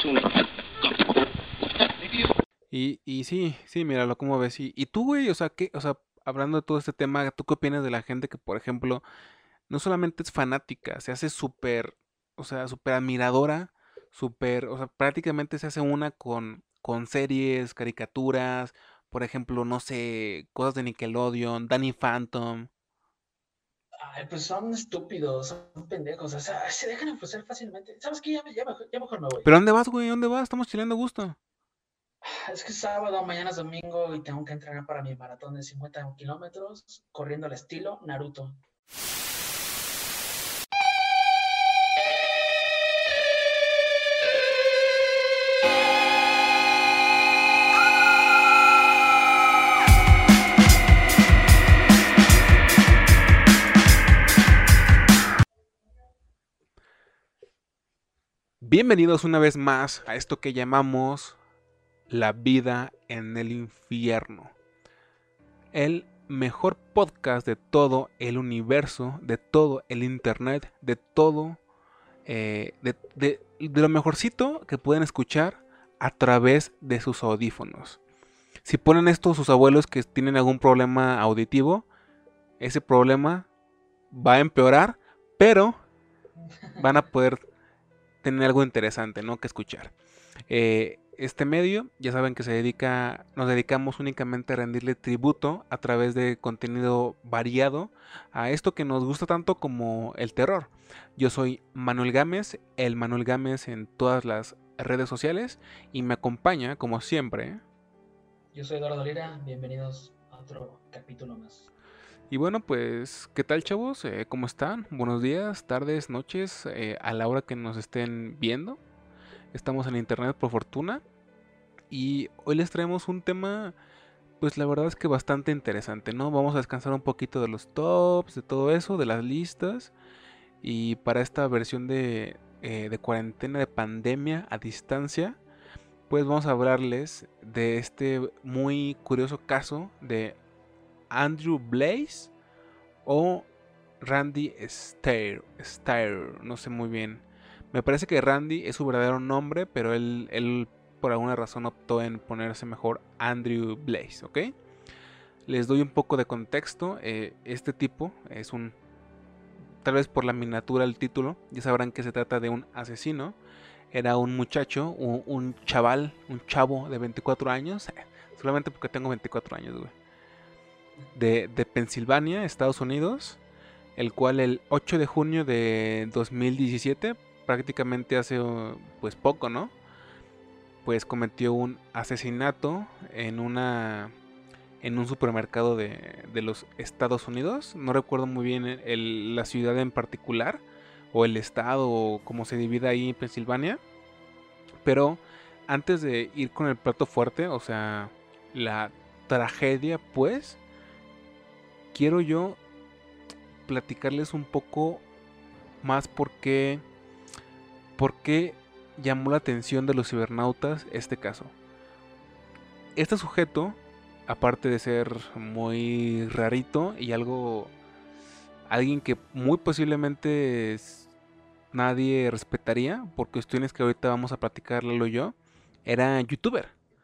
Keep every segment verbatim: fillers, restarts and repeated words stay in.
Y, y sí, sí, míralo, ¿cómo ves? Y, y tú, güey, o sea, ¿qué? O sea, hablando de todo este tema, ¿tú qué opinas de la gente que, por ejemplo, no solamente es fanática, se hace súper, o sea, súper admiradora, súper, o sea, prácticamente se hace una con, con series, caricaturas, por ejemplo, no sé, cosas de Nickelodeon, Danny Phantom. Ay, pues son estúpidos, son pendejos, o sea, se dejan influenciar fácilmente. ¿Sabes qué? Ya, ya, mejor, ya mejor me voy. ¿Pero dónde vas, güey? ¿Dónde vas? Estamos chilando a gusto. Es que es sábado, mañana es domingo y tengo que entrenar para mi maratón de cincuenta kilómetros, corriendo al estilo Naruto. Bienvenidos una vez más a esto que llamamos La vida en el infierno. El mejor podcast de todo el universo, de todo el internet, de todo, eh, de, de- de lo mejorcito que pueden escuchar a través de sus audífonos. Si ponen esto sus abuelos que tienen algún problema auditivo, ese problema va a empeorar, pero van a poder tener algo interesante, ¿no?, que escuchar. Eh, este medio, ya saben que se dedica, nos dedicamos únicamente a rendirle tributo a través de contenido variado a esto que nos gusta tanto como el terror. Yo soy Manuel Gámez, el Manuel Gámez en todas las redes sociales y me acompaña, como siempre. Yo soy Eduardo Lira, bienvenidos a otro capítulo más. Y bueno, pues, ¿qué tal, chavos? Eh, ¿cómo están? Buenos días, tardes, noches, eh, a la hora que nos estén viendo. Estamos en internet por fortuna. Y hoy les traemos un tema, pues la verdad es que bastante interesante, ¿no? Vamos a descansar un poquito de los tops, de todo eso, de las listas. Y para esta versión de, eh, de cuarentena, de pandemia a distancia, pues vamos a hablarles de este muy curioso caso de Andrew Blaze o Randy Stair, Stair, no sé muy bien. Me parece que Randy es su verdadero nombre, pero él, él por alguna razón optó en ponerse mejor Andrew Blaze, ¿ok? Les doy un poco de contexto. Eh, este tipo es un, tal vez por la miniatura del título, ya sabrán que se trata de un asesino. Era un muchacho, un, un chaval, un chavo de veinticuatro años, solamente porque tengo veinticuatro años, güey. De, de Pensilvania, Estados Unidos, el cual el ocho de junio de dos mil diecisiete, prácticamente hace pues poco, ¿no? Pues cometió un asesinato en una en un supermercado de, de los Estados Unidos. No recuerdo muy bien el, el, la ciudad en particular o el estado o cómo se divide ahí en Pensilvania. Pero antes de ir con el plato fuerte, o sea, la tragedia, pues, quiero yo platicarles un poco más por qué, por qué llamó la atención de los cibernautas este caso. Este sujeto, aparte de ser muy rarito y algo, alguien que muy posiblemente nadie respetaría, por cuestiones que ahorita vamos a platicar Lalo y yo, era youtuber.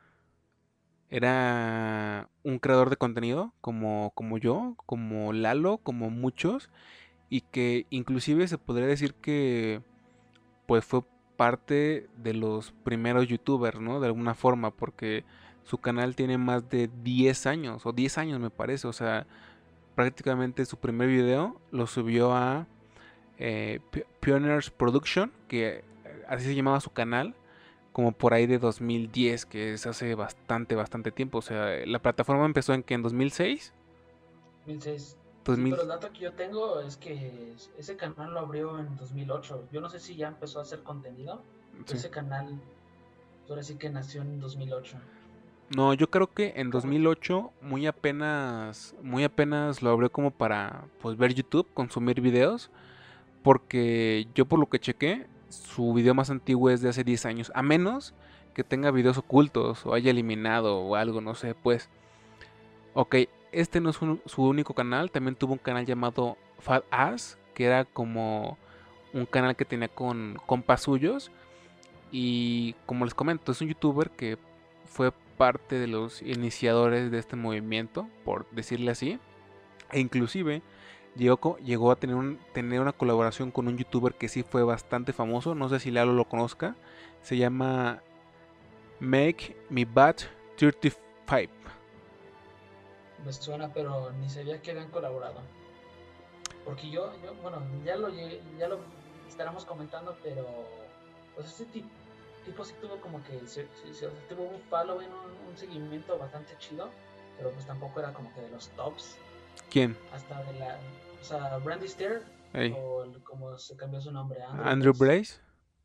Era un creador de contenido como, como yo, como Lalo, como muchos, y que inclusive se podría decir que pues fue parte de los primeros youtubers, ¿no? De alguna forma, porque su canal tiene más de diez años, o diez años me parece, o sea, prácticamente su primer video lo subió a eh, Pioneers Production, que eh, así se llamaba su canal, como por ahí de dos mil diez, que es hace bastante, bastante tiempo, o sea, la plataforma empezó en que en dos mil seis, dos mil seis. Sí, dos mil, pero el dato que yo tengo es que ese canal lo abrió en dos mil ocho. Yo no sé si ya empezó a hacer contenido, pero sí. ese canal, pues ahora sí que nació en dos mil ocho. No, yo creo que en ¿Cómo? dos mil ocho muy apenas, muy apenas lo abrió como para pues ver YouTube, consumir videos, porque yo por lo que chequé, su video más antiguo es de hace diez años, a menos que tenga videos ocultos o haya eliminado o algo, no sé, pues. Ok, este no es un- su único canal, también tuvo un canal llamado Fat Ass, que era como un canal que tenía con compas suyos Y como les comento, es un youtuber que fue parte de los iniciadores de este movimiento, por decirle así. E inclusive llegó, llegó a tener, un, tener una colaboración con un youtuber que sí fue bastante famoso. No sé si Lalo lo conozca. Se llama Make Me Bat treinta y cinco. Me suena, pero ni sabía que habían colaborado. Porque yo, yo bueno, ya lo, ya lo estaremos comentando, pero pues este tipo, tipo sí tuvo como que, se, se, se, tuvo un following, un, un seguimiento bastante chido, pero pues tampoco era como que de los tops. ¿Quién? Hasta de la, o sea, Brandy Steer, Hey. o el, como se cambió su nombre, Andrew, Andrew Brace. Brace.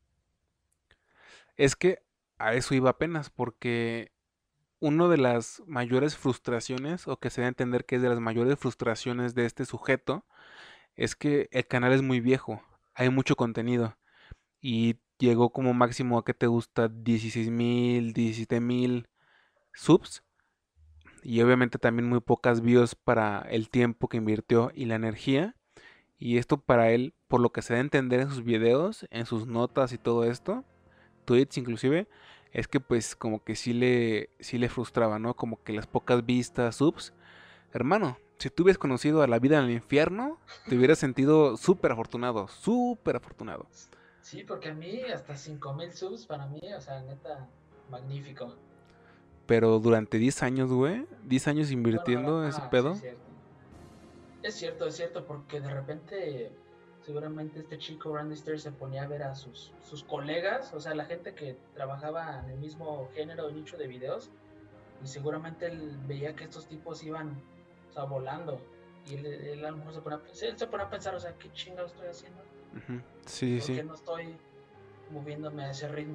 Es que a eso iba apenas, porque una de las mayores frustraciones, o que se da a entender que es de las mayores frustraciones de este sujeto, es que el canal es muy viejo, hay mucho contenido, y llegó como máximo a que te gusta dieciséis mil, diecisiete mil subs, y obviamente también muy pocas views para el tiempo que invirtió y la energía, y esto para él, por lo que se da a entender en sus videos, en sus notas y todo esto, tweets inclusive, es que pues como que sí le, sí le frustraba, ¿no? Como que las pocas vistas, subs. Hermano, si tú hubieras conocido a la vida en el infierno, te hubieras sentido súper afortunado, súper afortunado. Sí, porque a mí hasta cinco mil subs para mí, o sea, neta, magnífico. Pero durante diez años, güey, diez años Bueno, ahora, invirtiendo ese ah, sí, es pedo. cierto. Es cierto, es cierto, porque de repente, seguramente este chico Randy Steer se ponía a ver a sus, sus colegas, o sea, la gente que trabajaba en el mismo género y nicho de videos, y seguramente él veía que estos tipos iban, o sea, volando. Y él, él a lo mejor se ponía, él se ponía a pensar, o sea, ¿qué chingados estoy haciendo? Ujú. Sí, sí, ¿Por sí. qué no estoy moviéndome a ese ritmo?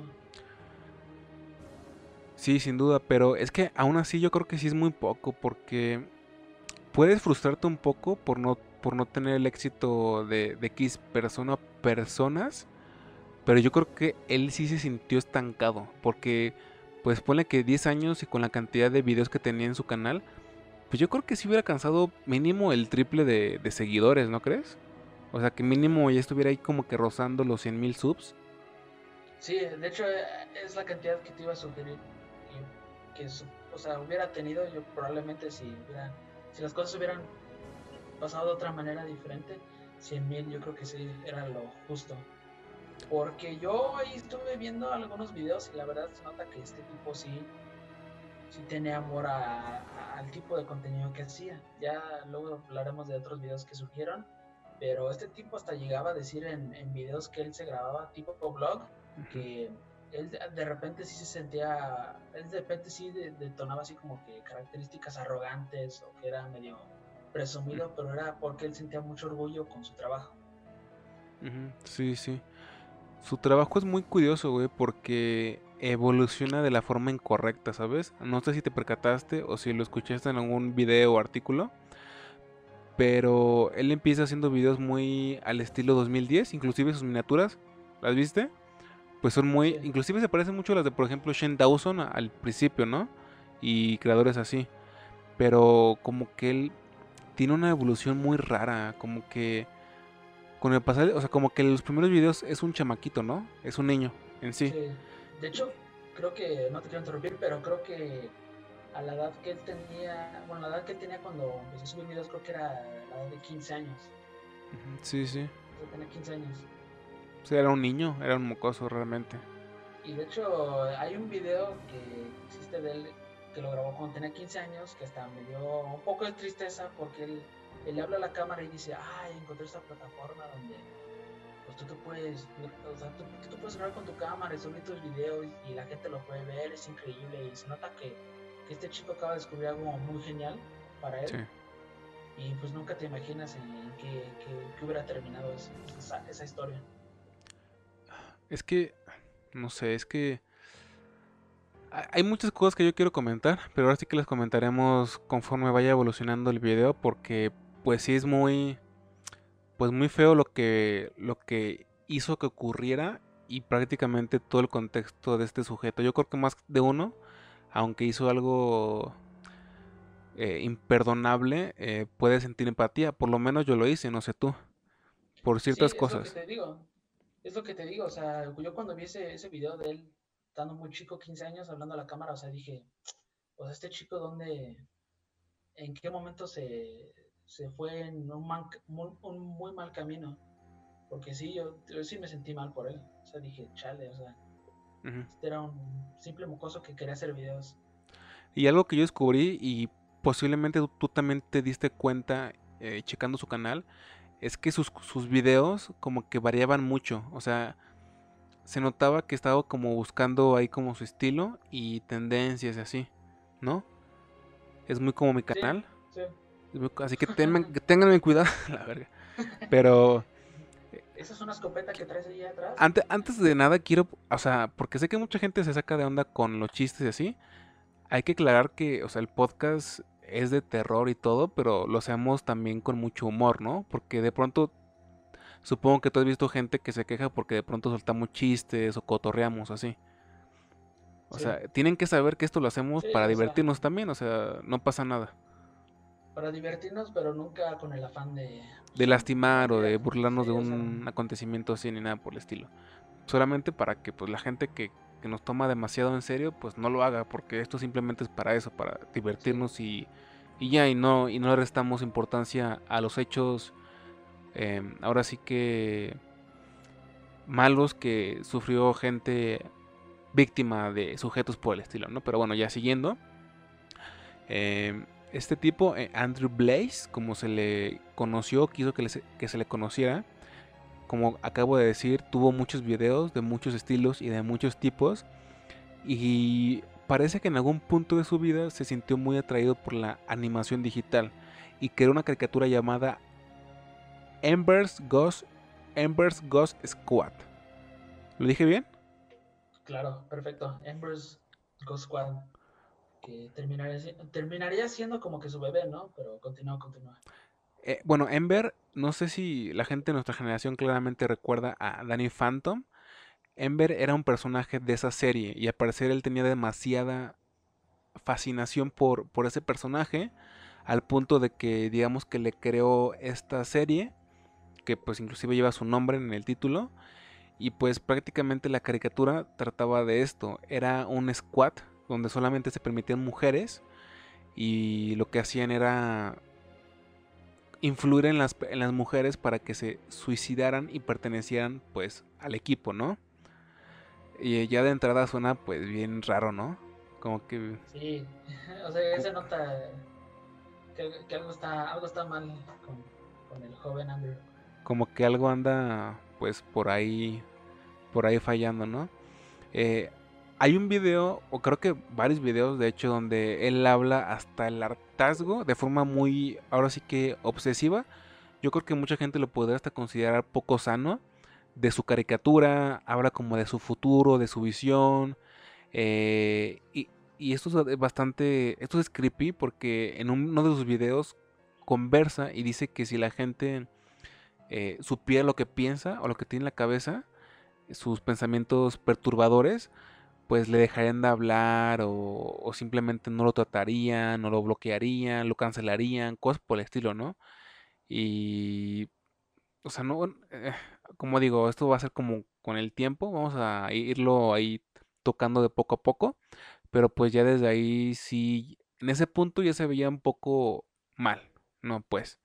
Sí, sin duda, pero es que aún así yo creo que sí es muy poco, porque puedes frustrarte un poco por no, por no tener el éxito de, de X persona o personas. Pero yo creo que él sí se sintió estancado, porque pues ponle que diez años y con la cantidad de videos que tenía en su canal, pues yo creo que sí hubiera alcanzado mínimo el triple de, de seguidores, ¿no crees? O sea, que mínimo ya estuviera ahí como que rozando los cien mil subs. Sí, de hecho eh, es la cantidad que te iba a sugerir. Y que, o sea, hubiera tenido yo probablemente si hubiera, si las cosas hubieran pasado de otra manera diferente, cien mil yo creo que sí era lo justo. Porque yo ahí estuve viendo algunos videos y la verdad se nota que este tipo sí, sí tenía amor a, a, al tipo de contenido que hacía. Ya luego hablaremos de otros videos que surgieron, pero este tipo hasta llegaba a decir en, en videos que él se grababa tipo blog, Ujú. que él de repente sí se sentía, él de repente sí detonaba así como que características arrogantes o que era medio presumido, pero era porque él sentía mucho orgullo con su trabajo. Ujú. Sí, sí. Su trabajo es muy curioso, güey, porque evoluciona de la forma incorrecta, ¿sabes? No sé si te percataste o si lo escuchaste en algún video o artículo, pero él empieza haciendo videos muy al estilo dos mil diez, inclusive sus miniaturas, ¿las viste? Pues son muy, Sí, inclusive se parecen mucho a las de, por ejemplo, Shane Dawson a- al principio, ¿no? Y creadores así, pero como que él tiene una evolución muy rara, como que con el pasar, o sea, como que en los primeros videos es un chamaquito, ¿no? Es un niño en sí. sí. De hecho, creo que, no te quiero interrumpir, pero creo que a la edad que él tenía, bueno, la edad que él tenía cuando empezó a subir videos, creo que era la edad de quince años. Ujú. Sí, sí. O sea, tenía quince años. O sea, era un niño, era un mocoso realmente. Y de hecho, hay un video que existe de él que lo grabó cuando tenía quince años, que hasta me dio un poco de tristeza porque él, él le habla a la cámara y dice, ay, encontré esta plataforma donde pues tú te puedes, o sea, tú, tú puedes grabar con tu cámara y subir tus videos y la gente lo puede ver, es increíble y se nota que, que este chico acaba de descubrir algo muy genial para él Sí. y pues nunca te imaginas en, en qué, qué, qué hubiera terminado esa, esa, esa historia. Es que, no sé, es que ha- hay muchas cosas que yo quiero comentar, pero ahora sí que las comentaremos conforme vaya evolucionando el video, porque pues sí es muy, pues muy feo lo que, lo que hizo que ocurriera y prácticamente todo el contexto de este sujeto. Yo creo que más de uno, aunque hizo algo eh, imperdonable, eh, puede sentir empatía. Por lo menos yo lo hice, no sé tú, por Sí, ciertas es lo que cosas. te digo. es lo que te digo, o sea, yo cuando vi ese, ese video de él, estando muy chico, quince años, hablando a la cámara, o sea, dije, pues este chico, ¿dónde, en qué momento se, se fue en un, man- muy, un muy mal camino? Porque sí, yo, yo sí me sentí mal por él. O sea, dije, chale, o sea, Ujú. este era un simple mocoso que quería hacer videos. Y algo que yo descubrí y posiblemente tú, tú también te diste cuenta eh, checando su canal, es que sus, sus videos como que variaban mucho. O sea, se notaba que estaba como buscando ahí como su estilo y tendencias y así, ¿no? Es muy como mi Sí, canal. sí. Es muy- así que, tengan, que tengan cuidado, la verga. Pero Esa es una escopeta que traes ahí atrás. antes, antes de nada quiero, o sea, porque sé que mucha gente se saca de onda con los chistes y así. Hay que aclarar que, o sea, el podcast es de terror y todo, pero lo hacemos también con mucho humor, ¿no? Porque de pronto, supongo que tú has visto gente que se queja porque de pronto soltamos chistes o cotorreamos así. O Sí, sea, tienen que saber que esto lo hacemos sí, para o sea, divertirnos también, o sea, no pasa nada. para divertirnos, pero nunca con el afán de, o De sea, no lastimar o de diría, sí, burlarnos de o sea, un acontecimiento así ni nada por el estilo. Solamente para que pues la gente que, que nos toma demasiado en serio, pues no lo haga, porque esto simplemente es para eso, para sí, divertirnos y, y ya, y no, y no le restamos importancia a los hechos, eh, ahora sí que malos que sufrió gente víctima de sujetos por el estilo, ¿no? Pero bueno, ya siguiendo. Eh, este tipo, eh, Andrew Blaze, como se le conoció, quiso que, le se, que se le conociera. Como acabo de decir, tuvo muchos videos de muchos estilos y de muchos tipos. Y parece que en algún punto de su vida se sintió muy atraído por la animación digital y creó una caricatura llamada Ember's Ghost, Ember's Ghost Squad. ¿Lo dije bien? claro, perfecto. Ember's Ghost Squad, que terminaría, si- terminaría siendo como que su bebé, ¿no? Pero continúa, continúa. Eh, bueno, Ember, no sé si la gente de nuestra generación claramente recuerda a Danny Phantom. Ember era un personaje de esa serie y al parecer él tenía demasiada fascinación por, por ese personaje al punto de que digamos que le creó esta serie que pues inclusive lleva su nombre en el título y pues prácticamente la caricatura trataba de esto, era un squad donde solamente se permitían mujeres y lo que hacían era influir en las, en las mujeres para que se suicidaran y pertenecieran pues al equipo, ¿no? Y ya de entrada suena pues bien raro, ¿no? Como que Sí, o sea, ya se nota que, que algo está, algo está mal con, con el joven Andrew. como que algo anda pues por ahí por ahí fallando, ¿no? Eh, hay un video, o creo que varios videos, de hecho, donde él habla hasta el hartazgo de forma muy, ahora sí que obsesiva. Yo creo que mucha gente lo podría hasta considerar poco sano. De su caricatura, habla como de su futuro, de su visión. eh, y, y esto es bastante, esto es creepy porque en uno de sus videos conversa y dice que si la gente eh, supiera lo que piensa o lo que tiene en la cabeza, sus pensamientos perturbadores, pues le dejarían de hablar o, o simplemente no lo tratarían, no lo bloquearían, lo cancelarían, cosas por el estilo, ¿no? Y, o sea, no, eh, como digo, esto va a ser como con el tiempo, vamos a irlo ahí tocando de poco a poco, pero pues ya desde ahí sí, en ese punto ya se veía un poco mal, ¿no? Pues,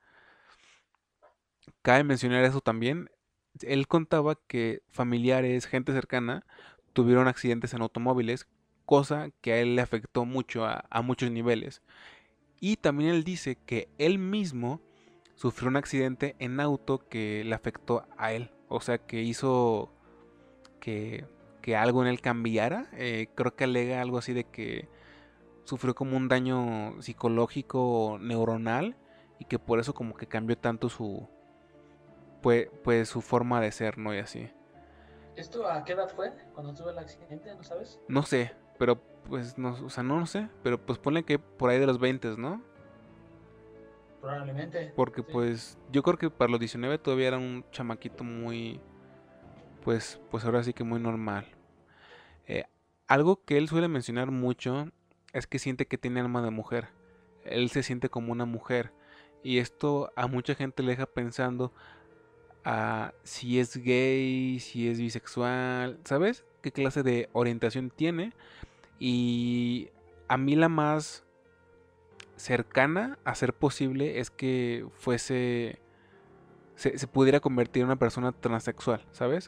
cabe mencionar eso también. Él contaba que familiares, gente cercana, tuvieron accidentes en automóviles, cosa que a él le afectó mucho a, a muchos niveles. Y también él dice que él mismo sufrió un accidente en auto que le afectó a él. O sea, que hizo que, que algo en él cambiara. Eh, creo que alega algo así de que sufrió como un daño psicológico neuronal y que por eso como que cambió tanto su, pues, pues su forma de ser, ¿no? Y así. ¿Esto a qué edad fue cuando tuvo el accidente? ¿No sabes? No sé, pero pues no, o sea, no lo sé, pero pues ponle que por ahí de los veinte, ¿no? Probablemente, Porque sí. pues yo creo que para los diecinueve todavía era un chamaquito muy, pues, pues ahora sí que muy normal. Eh, algo que él suele mencionar mucho es que siente que tiene alma de mujer. Él se siente como una mujer. Y esto a mucha gente le deja pensando a si es gay, si es bisexual, ¿sabes? ¿Qué clase de orientación tiene? Y a mí la más cercana a ser posible es que fuese, se, se pudiera convertir en una persona transexual, ¿sabes?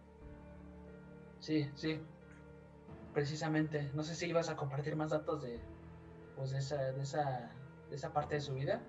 Sí, sí, precisamente. No sé si ibas a compartir más datos de, pues, de esa, de esa, de esa parte de su vida.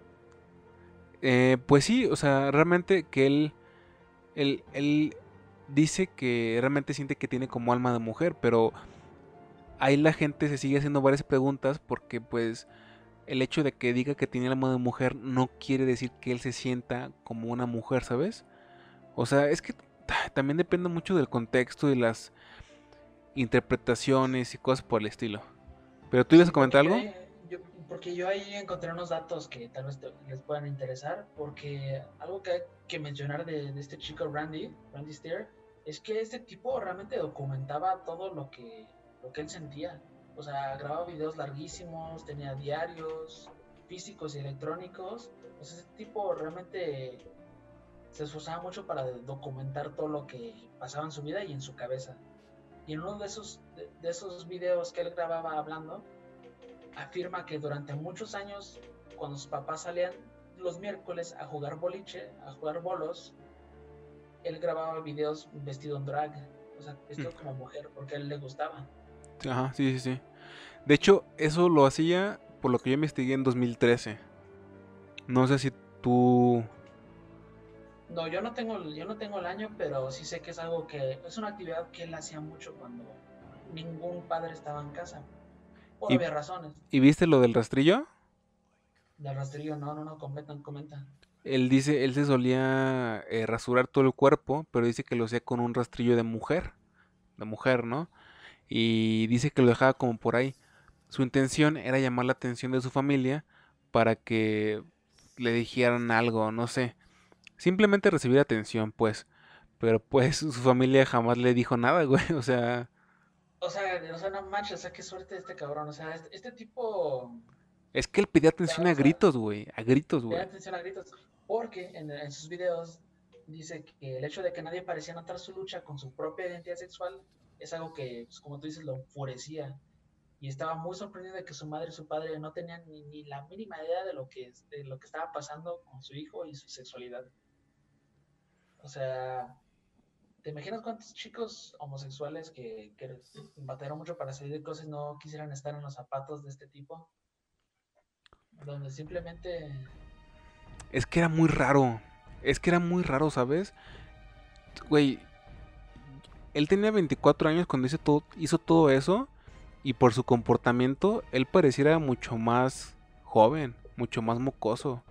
Eh, pues sí, o sea, realmente que él, él, él dice que realmente siente que tiene como alma de mujer, pero ahí la gente se sigue haciendo varias preguntas porque pues el hecho de que diga que tiene alma de mujer no quiere decir que él se sienta como una mujer, ¿sabes? O sea, es que ta- también depende mucho del contexto y las interpretaciones y cosas por el estilo. ¿Pero tú ibas a Sí, comentar porque yo algo? ahí, yo, porque yo ahí encontré unos datos que tal vez te- les puedan interesar, porque algo que hay que mencionar de, de este chico Randy, Randy Steer, es que este tipo realmente documentaba todo lo que, lo que él sentía. O sea, grababa videos larguísimos, tenía diarios físicos y electrónicos. O sea, ese tipo realmente se esforzaba mucho para documentar todo lo que pasaba en su vida y en su cabeza. Y en uno de esos, de, de esos videos que él grababa hablando, afirma que durante muchos años, cuando sus papás salían los miércoles a jugar boliche, a jugar bolos, él grababa videos vestido en drag, o sea, Mm, vestido como mujer, porque a él le gustaba. ajá, sí, sí, sí. De hecho, eso lo hacía por lo que yo investigué en dos mil trece. No sé si tú... No, yo no tengo, yo no tengo el año, pero sí sé que es algo que es una actividad que él hacía mucho cuando ningún padre estaba en casa, por ¿Y, obvias razones. y viste lo del rastrillo? De rastrillo, no, no, no, comentan, comentan. Él dice, él se solía eh, rasurar todo el cuerpo, pero dice que lo hacía con un rastrillo de mujer, de mujer, ¿no? Y dice que lo dejaba como por ahí. Su intención era llamar la atención de su familia para que le dijeran algo, no sé. Simplemente recibir atención, pues. Pero pues su familia jamás le dijo nada, güey. O sea, O sea, o sea, no manches, o sea, qué suerte de este cabrón. O sea, este, este tipo, es que él pedía ya, atención a o sea, gritos, güey. A gritos, ten güey. atención a gritos, porque en, en, sus videos dice que el hecho de que nadie parecía notar su lucha con su propia identidad sexual es algo que, pues, como tú dices, lo enfurecía. Y estaba muy sorprendido de que su madre y su padre no tenían ni, ni la mínima idea de lo, que, de lo que estaba pasando con su hijo y su sexualidad. O sea, ¿te imaginas cuántos chicos homosexuales que, que batallaron mucho para salir de cosas no quisieran estar en los zapatos de este tipo? Donde simplemente, Es que era muy raro. Es que era muy raro, ¿sabes? Güey, él tenía veinticuatro años cuando hizo todo, hizo todo eso. Y por su comportamiento, él pareciera mucho más joven, mucho más mocoso.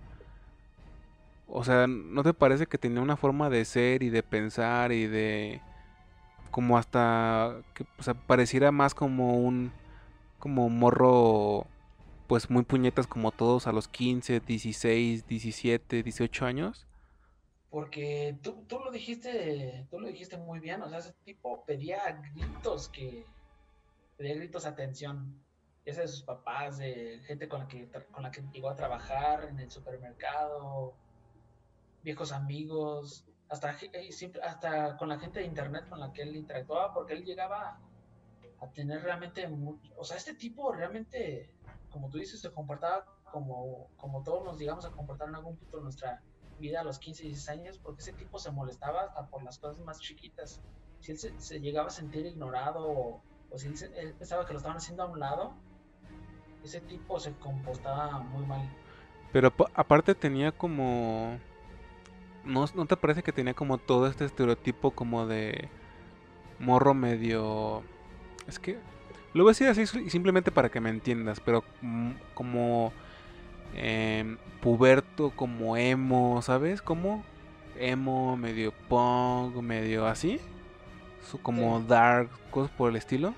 O sea, ¿no te parece que tenía una forma de ser y de pensar y de... como hasta... que o sea, pareciera más como un... como morro... pues muy puñetas como todos a los quince, dieciséis, diecisiete, dieciocho años? porque tú, tú lo dijiste, tú lo dijiste muy bien, o sea, ese tipo pedía gritos que, pedía gritos atención, ya sea de sus papás, de gente con la que, con la que llegó a trabajar en el supermercado, viejos amigos, hasta, eh, siempre, hasta con la gente de internet con la que él interactuaba, porque él llegaba a tener realmente, mucho, o sea, este tipo realmente, como tú dices, se comportaba como, como todos nos llegamos a comportar en algún punto de nuestra vida a los quince, dieciséis años, porque ese tipo se molestaba hasta por las cosas más chiquitas. Si él se, se llegaba a sentir ignorado o, o si él, se, él, pensaba que lo estaban haciendo a un lado, ese tipo se comportaba muy mal. Pero aparte tenía como... ¿No, ¿No te parece que tenía como todo este estereotipo como de morro medio... Es que... Lo voy a decir así simplemente para que me entiendas, pero mm, como eh, puberto, como emo, ¿sabes? Como emo, medio punk, medio así. Su, Sí, como dark, cosas por el estilo.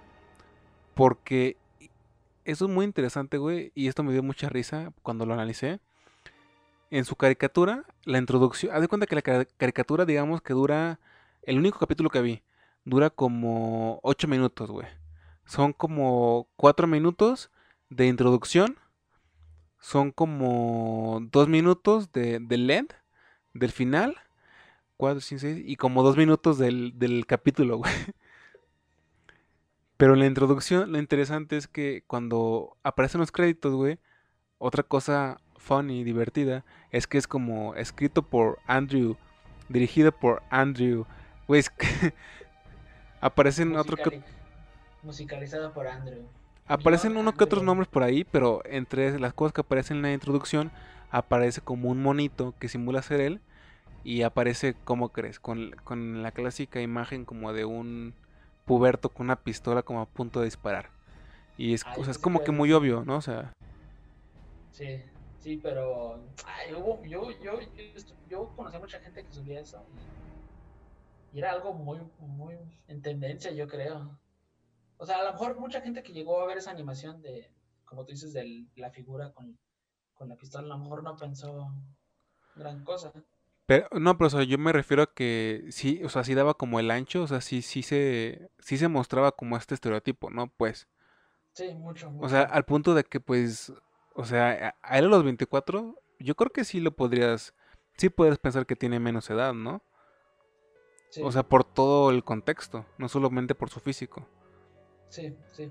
Porque eso es muy interesante, güey, y esto me dio mucha risa cuando lo analicé. En su caricatura, la introducción, haz de cuenta que la caricatura, digamos que dura, el único capítulo que vi, dura como ocho minutos, güey. Son como cuatro minutos de introducción, son como dos minutos de, de L E D, del final, cuatro, cinco, seis y como dos minutos del, del capítulo, güey. Pero en la introducción, lo interesante es que cuando aparecen los créditos, güey, otra cosa funny y divertida es que es como escrito por Andrew, dirigido por Andrew. Güey, es que aparecen otro que Musicali musicalizada por Andrew. Guión aparecen uno que otros Andrew. nombres por ahí, pero entre las cosas que aparecen en la introducción aparece como un monito que simula ser él y aparece, ¿cómo crees? Con, con la clásica imagen como de un puberto con una pistola como a punto de disparar. Y es, Ah, o yo sea, es pensé que como ibas que a muy decir. obvio, ¿no? O sea, Sí, sí, pero. Ay, hubo, yo, yo, yo, yo conocí a mucha gente que subía eso y, y era algo muy, muy en tendencia, yo creo. O sea, a lo mejor mucha gente que llegó a ver esa animación de, como tú dices, de la figura con, con la pistola, a lo mejor no pensó gran cosa. pero, no, pero o sea, yo me refiero a que sí, o sea, sí daba como el ancho, o sea, sí, sí se, sí se mostraba como este estereotipo, ¿no? Pues, Sí, mucho, o sea, mucho. al punto de que, pues, o sea, a, a él a los veinticuatro yo creo que sí lo podrías, sí puedes pensar que tiene menos edad, ¿no? O Sí, sea, por todo el contexto, no solamente por su físico. sí, sí.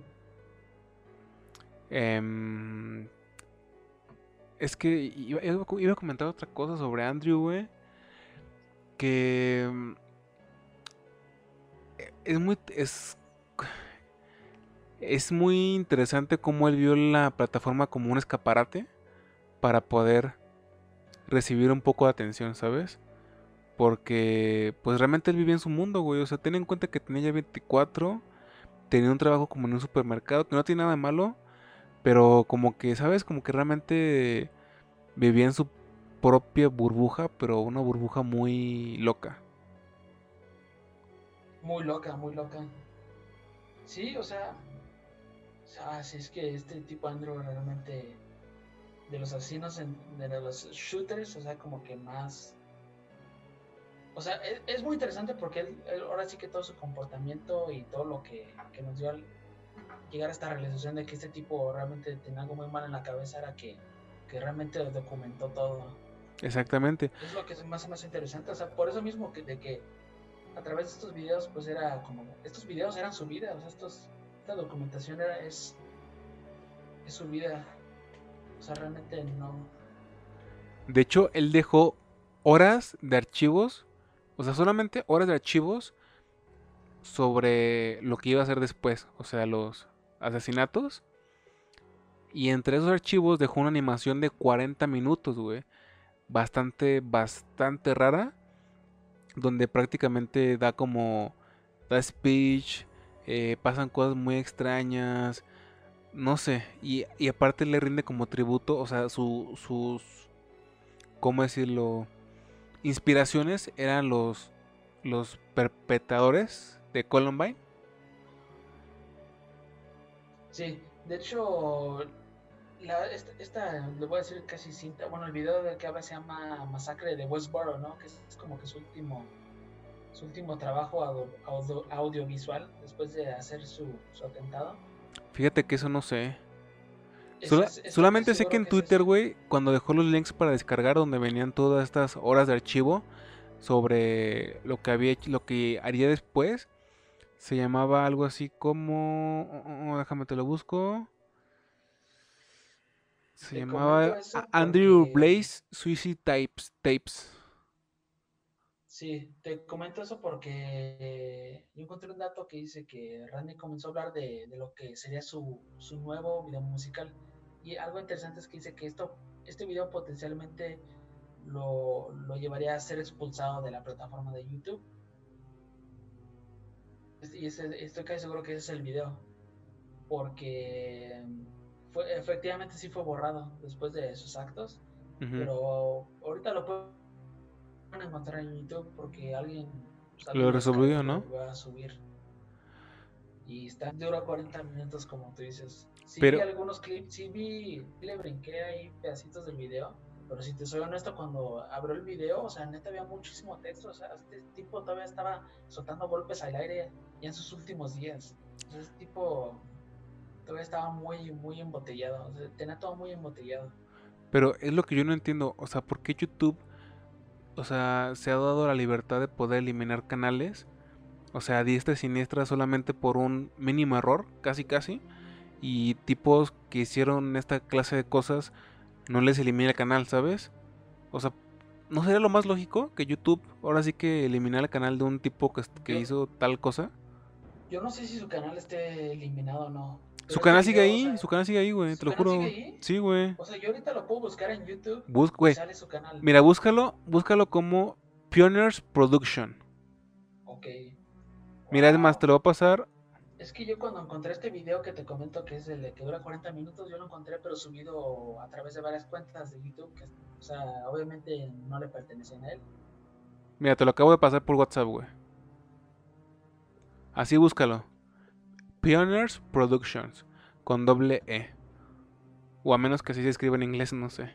Em, es que iba, iba a iba a comentar otra cosa sobre Andrew, güey, que em, es muy, es, es muy interesante cómo él vio la plataforma como un escaparate para poder recibir un poco de atención, ¿sabes? Porque, pues realmente él vivía en su mundo, güey. O sea, ten en cuenta que tenía ya veinticuatro, tenía un trabajo como en un supermercado, que no tiene nada de malo, pero como que, ¿sabes? Como que realmente vivía en su propia burbuja, pero una burbuja muy loca. Muy loca, muy loca. Sí, o sea, o sea, si es que este tipo Andrew realmente de los asesinos, en, de los shooters, o sea, como que más. O sea, es, es muy interesante porque él, él, ahora sí que todo su comportamiento y todo lo que, que nos dio al llegar a esta realización de que este tipo realmente tenía algo muy mal en la cabeza era que, que realmente documentó todo. Exactamente. Es lo que es más, más interesante. O sea, por eso mismo que, de que a través de estos videos, pues era como. Estos videos eran su vida, o sea, estos, esta documentación era, es, es su vida. O sea, realmente no. De hecho, él dejó horas de archivos, o sea, solamente horas de archivos sobre lo que iba a hacer después, o sea, los asesinatos. Y entre esos archivos dejó una animación de cuarenta minutos, güey. Bastante, bastante rara. Donde prácticamente da como, da speech, eh, pasan cosas muy extrañas, no sé. Y, y aparte le rinde como tributo, o sea, su, sus, ¿cómo decirlo? Inspiraciones eran los, los perpetradores de Columbine. Sí, de hecho, la, esta, esta, le voy a decir casi cinta. Bueno, el video del que habla se llama Masacre de Westboro, ¿no? Que es, es como que su último, su último trabajo audio, audio, audiovisual después de hacer su, su atentado. Fíjate que eso no sé. Ese Sola- es, estoy casi solamente sé que seguro en que es Twitter, ese. güey, cuando dejó los links para descargar donde venían todas estas horas de archivo sobre lo que había hecho, lo que haría después, se llamaba algo así como, oh, oh, déjame te lo busco. Se Te comento llamaba eso A- Andrew porque Blaze Suicide Tapes. Tapes. sí, te comento eso porque yo encontré un dato que dice que Randy comenzó a hablar de, de lo que sería su, su nuevo video musical. Y algo interesante es que dice que esto, este video potencialmente lo, lo llevaría a ser expulsado de la plataforma de YouTube. Y ese, estoy casi seguro que ese es el video, porque fue, efectivamente sí fue borrado después de sus actos, Ujú. pero ahorita lo pueden encontrar en YouTube porque alguien, pues, alguien Lo lo descargó resolvió, y lo ¿no? volvió a subir. Y está, dura cuarenta minutos, como tú dices. Sí vi Pero, algunos clips, sí vi, sí le brinqué ahí pedacitos del video, pero si te soy honesto, cuando abrió el video, o sea, neta había muchísimo texto, o sea, este tipo todavía estaba soltando golpes al aire ya en sus últimos días. O sea, este tipo todavía estaba muy, muy embotellado, o sea, tenía todo muy embotellado. pero es lo que yo no entiendo. O sea, ¿por qué YouTube? o sea, se ha dado la libertad de poder eliminar canales, o sea, a diestra y siniestra solamente por un mínimo error, casi casi, y tipos que hicieron esta clase de cosas no les elimina el canal, ¿sabes? O sea, ¿no sería lo más lógico que YouTube ahora sí que elimine el canal de un tipo que, que Yo, hizo tal cosa? yo no sé si su canal esté eliminado o no, Su pero este canal sigue video, o ahí, sea, su canal sigue ahí, güey, ¿su te lo canal sigue juro. ahí? Sí, güey. O sea, yo ahorita lo puedo buscar en YouTube Bus y güey. sale su canal. Mira, búscalo, búscalo como Pioneers Production. Ok, Mira, es más, wow. te lo voy a pasar. Es que yo cuando encontré este video que te comento que es el de que dura cuarenta minutos, yo lo encontré pero subido a través de varias cuentas de YouTube, que, o sea, obviamente no le pertenecen a él. Mira, te lo acabo de pasar por WhatsApp, güey. Así búscalo. Pioneers Productions. Con doble E. O a menos que así se escriba en inglés, no sé.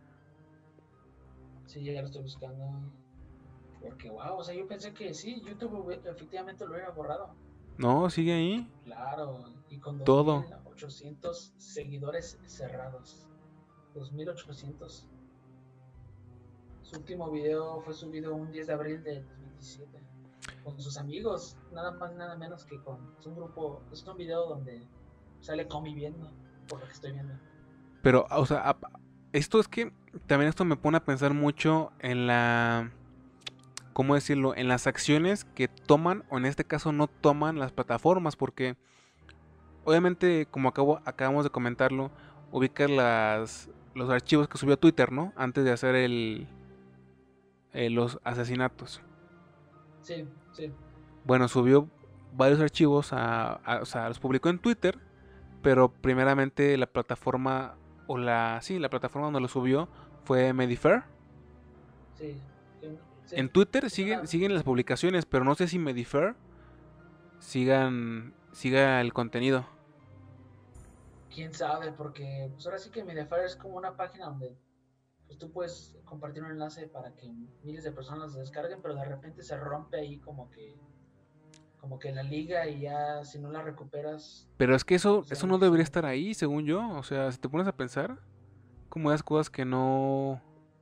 Sí, ya lo estoy buscando. Porque, wow, o sea, yo pensé que sí, YouTube efectivamente lo hubiera borrado. No, sigue ahí. Claro, y con dos Todo. mil ochocientos seguidores cerrados. Dos mil ochocientos. Su último video fue subido un diez de abril de dos mil diecisiete. Con sus amigos, nada más nada menos que con. Es un grupo, es un video donde sale conviviendo, por lo que estoy viendo. Pero, o sea, esto es que también esto me pone a pensar mucho en la, ¿cómo decirlo? En las acciones que toman, o en este caso no toman las plataformas, porque obviamente, como acabo, acabamos de comentarlo, ubica las, los archivos que subió a Twitter, ¿no? Antes de hacer el, eh, los asesinatos. Sí, sí. Bueno, subió varios archivos, a, a, o sea, los publicó en Twitter, pero primeramente la plataforma, o la, sí, la plataforma donde lo subió fue Medifair. Sí, sí, En sí. Twitter Sí, siguen, una- siguen las publicaciones, pero no sé si Medifair sigan, siga el contenido. quién sabe, porque pues ahora sí que Mediafire es como una página donde pues tú puedes compartir un enlace para que miles de personas lo descarguen, pero de repente se rompe ahí como que como que la liga y ya si no la recuperas, Pero es que eso, pues ya eso lo no debería hicieron. estar ahí, según yo. O sea, si te pones a pensar, como esas cosas que no,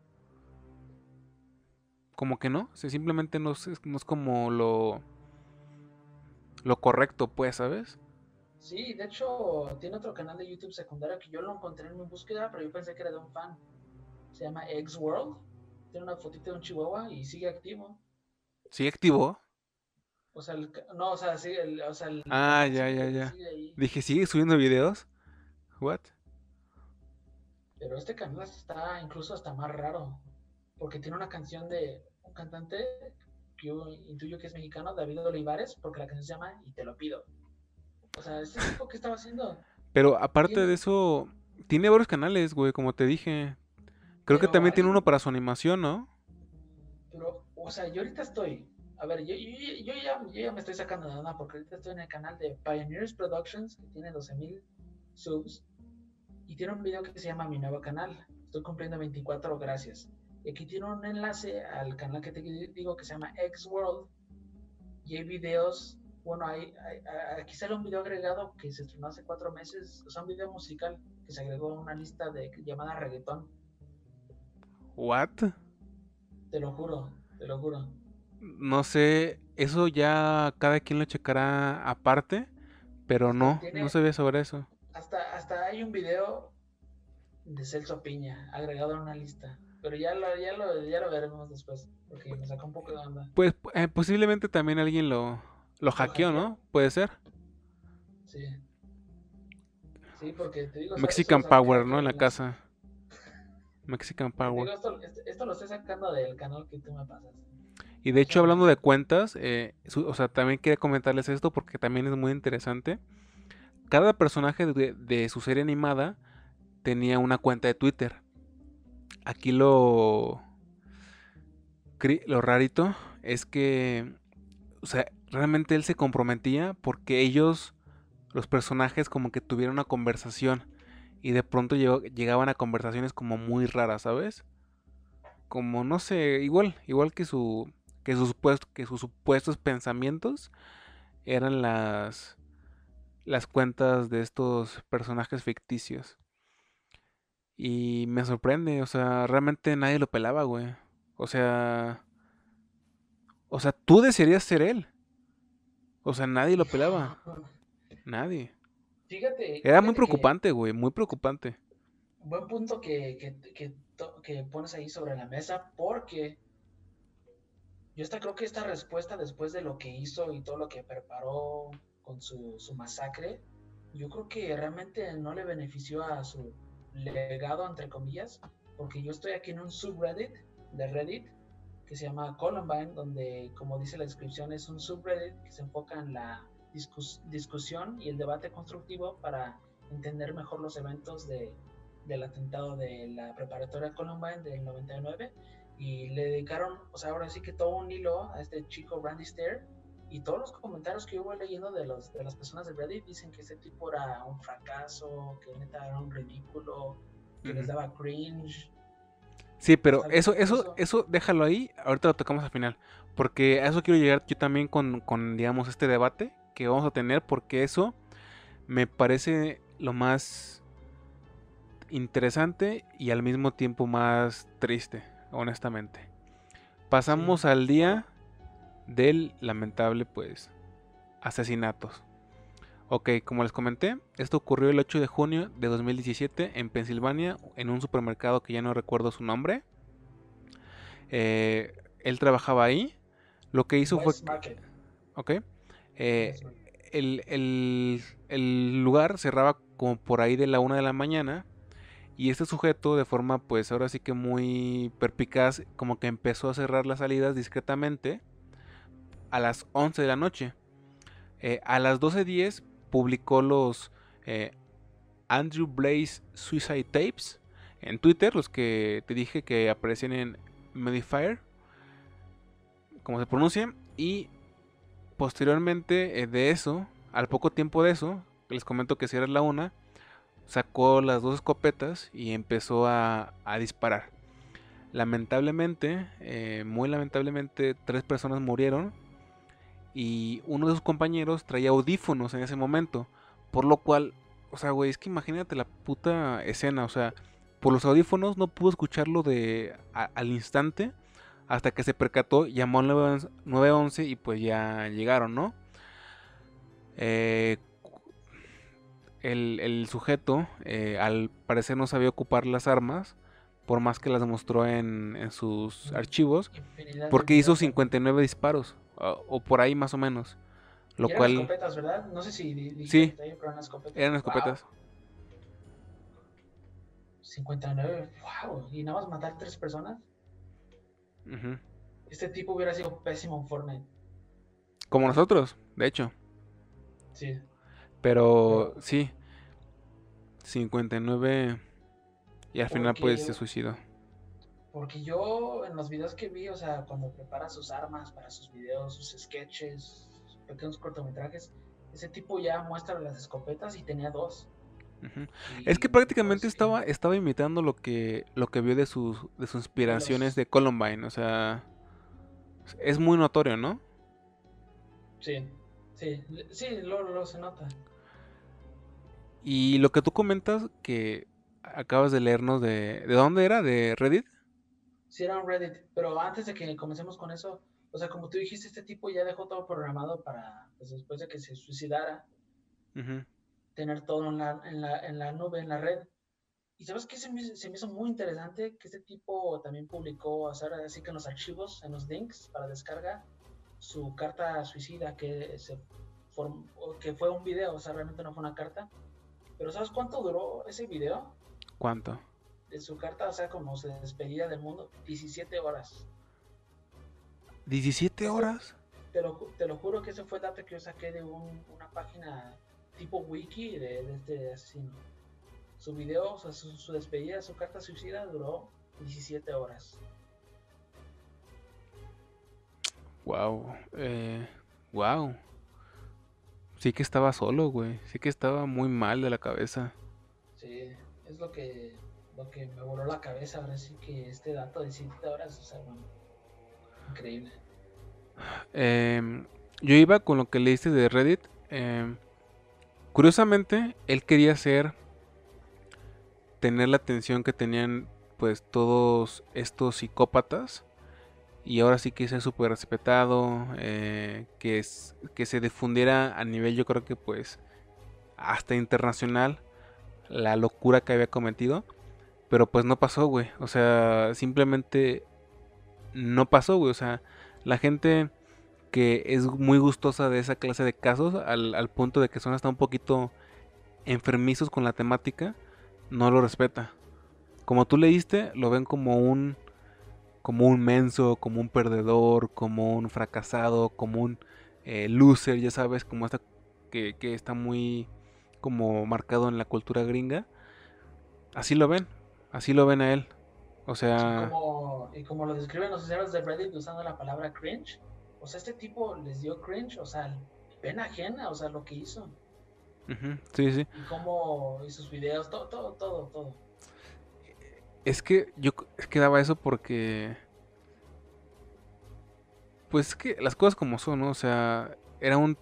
como que no, o sea, simplemente no es, no es como lo, lo correcto, pues, ¿sabes? Sí, de hecho tiene otro canal de YouTube secundario que yo lo encontré en mi búsqueda, pero yo pensé que era de un fan. Se llama X World. Tiene una fotito de un chihuahua y sigue activo. Sí, activó. O sea, el, no, o sea, sí, el, o sea, el Ah, canal ya, ya, sigue, ya. sigue ahí. Dije, ¿sigue subiendo videos? What? Pero este canal está incluso hasta más raro. Porque tiene una canción de un cantante que yo intuyo que es mexicano, David Olivares, porque la canción se llama Y te lo pido. O sea, este tipo que estaba haciendo. Pero aparte de Tiene, eso, tiene varios canales, güey, como te dije. Creo que pero también tiene uno alguien, para su animación, ¿no? pero, o sea, yo ahorita estoy. A ver, yo, yo, yo ya, yo ya me estoy sacando de onda porque ahorita estoy en el canal de Pioneers Productions, que tiene doce mil subs, y tiene un video que se llama Mi Nuevo Canal. Estoy cumpliendo veinticuatro, gracias. Y aquí tiene un enlace al canal que te digo que se llama X World, y hay videos, bueno, hay, hay, aquí sale un video agregado que se estrenó hace cuatro meses, o sea, un video musical que se agregó a una lista de llamada reggaetón, What? te lo juro, te lo juro. No sé, eso ya cada quien lo checará aparte, pero Hasta no, no tiene, sabía sobre eso. hasta, hasta hay un video de Celso Piña agregado a una lista, pero ya lo, ya lo, ya lo veremos después, porque me sacó un poco de onda. Pues eh, posiblemente también alguien lo, lo ¿Lo hackeó, ¿no? hackeó? Puede ser. Sí, sí, porque te digo, eso lo Mexican saqué Power, aquí ¿no? En del la enlace. casa. Mexican Que te Power. digo, esto, esto, esto lo estoy sacando del canal que tú me pasas. Y de No hecho, sé, hablando de cuentas, eh, su- o sea, también quería comentarles esto porque también es muy interesante. Cada personaje de, de su serie animada tenía una cuenta de Twitter. Aquí lo, cri- lo rarito es que, o sea, realmente él se comprometía porque ellos, los personajes, como que tuvieron una conversación y de pronto llegó- llegaban a conversaciones como muy raras, ¿sabes? Como no sé, igual, igual que su que sus supuestos que sus supuestos pensamientos eran las las cuentas de estos personajes ficticios. Y me sorprende, o sea, realmente nadie lo pelaba, güey. O sea, o sea, tú desearías ser él. O sea, nadie lo pelaba. Nadie. Fíjate, Era muy fíjate que preocupante, güey, muy preocupante. buen punto que, que, que, to- que pones ahí sobre la mesa, porque yo hasta creo que esta respuesta, después de lo que hizo y todo lo que preparó con su, su masacre, yo creo que realmente no le benefició a su legado, entre comillas, porque yo estoy aquí en un subreddit de Reddit que se llama Columbine, donde, como dice la descripción, es un subreddit que se enfoca en la discus discusión y el debate constructivo para entender mejor los eventos de, del atentado de la preparatoria Columbine del noventa y nueve, y le dedicaron, o sea, ahora sí que todo un hilo a este chico Randy Stair, y todos los comentarios que yo voy leyendo de, los, de las personas de Reddit dicen que este tipo era un fracaso, que neta era un ridículo, que les Ujú. daba cringe, Sí, pero ¿sabes? eso, eso, Incluso, eso déjalo ahí, ahorita lo tocamos al final. Porque a eso quiero llegar yo también con, con, digamos, este debate que vamos a tener, porque eso me parece lo más interesante y al mismo tiempo más triste, honestamente. sí, Pasamos al día bueno, del lamentable, pues, asesinatos. Ok, como les comenté, esto ocurrió el ocho de junio de dos mil diecisiete en Pensilvania, en un supermercado que ya no recuerdo su nombre. Eh, él trabajaba ahí. Lo que hizo fue West que, Market, ok, eh, West Market. el, el- el lugar cerraba como por ahí de la una de la mañana. Y este sujeto, de forma pues ahora sí que muy perpicaz, como que empezó a cerrar las salidas discretamente a las once de la noche. Eh, a las doce diez publicó los eh, Andrew Blaze Suicide Tapes en Twitter, los que te dije que aparecían en Medifier, como se pronuncia. Y posteriormente eh, de eso, al poco tiempo de eso, les comento que si era la una, sacó las dos escopetas y empezó a, a disparar. Lamentablemente, eh, muy lamentablemente, tres personas murieron y uno de sus compañeros traía audífonos en ese momento, por lo cual, o sea, güey, es que imagínate la puta escena, o sea, por los audífonos no pudo escucharlo de a, al instante hasta que se percató, llamó al nueve once y pues ya llegaron, ¿no? Eh, el, el sujeto, eh, al parecer no sabía ocupar las armas, por más que las mostró en, en sus archivos, Infinidad de porque hizo videos también. cincuenta y nueve disparos, o, o por ahí más o menos. Lo Y eran cual, escopetas, ¿verdad? No sé si di- dijiste el sí, detalle, pero eran escopetas. eran ¡Wow! escopetas. cincuenta y nueve, wow. Y nada más matar tres personas. Ujú. Este tipo hubiera sido pésimo en Fortnite. Como nosotros, de hecho. Sí, Pero pero sí, cincuenta y nueve y al final pues porque, se suicidó. porque yo en los videos que vi, o sea, cuando prepara sus armas para sus videos, sus sketches, sus pequeños cortometrajes, ese tipo ya muestra las escopetas y tenía dos. Ujú. Es que Y ahora prácticamente sí que estaba, estaba imitando lo que, lo que vio de sus, de sus de inspiraciones los... de Columbine. O sea, es muy notorio, ¿no? Sí, sí, sí, lo, lo se nota. Y lo que tú comentas que acabas de leernos de... ¿De dónde era? ¿De Reddit? Sí, era un Reddit, pero antes de que comencemos con eso, o sea, como tú dijiste, este tipo ya dejó todo programado para, pues después de que se suicidara, Ujú. tener todo en la, en la, en la nube, en la red. Y sabes qué se me, se me hizo muy interesante que este tipo también publicó, o sea, así que en los archivos, en los links para descarga, su carta suicida que se formó, que fue un video, o sea, realmente no fue una carta. Pero ¿sabes cuánto duró ese video ¿Cuánto? de su carta? O sea, como se despedía del mundo, diecisiete horas. ¿Diecisiete Esto, horas? te lo, te lo juro que ese fue el dato que yo saqué de un, una página tipo wiki de, de este asesino. Su video, o sea, su, su despedida, su carta suicida duró diecisiete horas. Wow. Eh, wow. Sí que estaba solo, güey. Sí que estaba muy mal de la cabeza. Sí, es lo que, lo que me voló la cabeza. Ahora sí que este dato de diecisiete horas, o sea, bueno, increíble. Em, yo iba con lo que leíste de Reddit. Em, curiosamente, él quería hacer, tener la atención que tenían pues todos estos psicópatas. y ahora sí que sea súper respetado, eh, que, es, que se difundiera a nivel, yo creo que pues hasta internacional, la locura que había cometido, pero pues no pasó, güey, o sea, simplemente no pasó, güey, o sea, la gente que es muy gustosa de esa clase de casos, al, al punto de que son hasta un poquito enfermizos con la temática, no lo respeta. Como tú leíste, lo ven como un como un menso, como un perdedor, como un fracasado, como un eh, loser, ya sabes, como esta que, que está muy como marcado en la cultura gringa. Así lo ven, así lo ven a él. O Sí, sea, como, y como lo describen los usuarios de Reddit usando la palabra cringe, o sea, este tipo les dio cringe, o sea, pena ajena, o sea, lo que hizo, ujú, sí, sí. y cómo hizo sus videos, todo, todo, todo, todo. Es que yo es que daba eso porque, pues es que las cosas como son, ¿no? O sea, era un,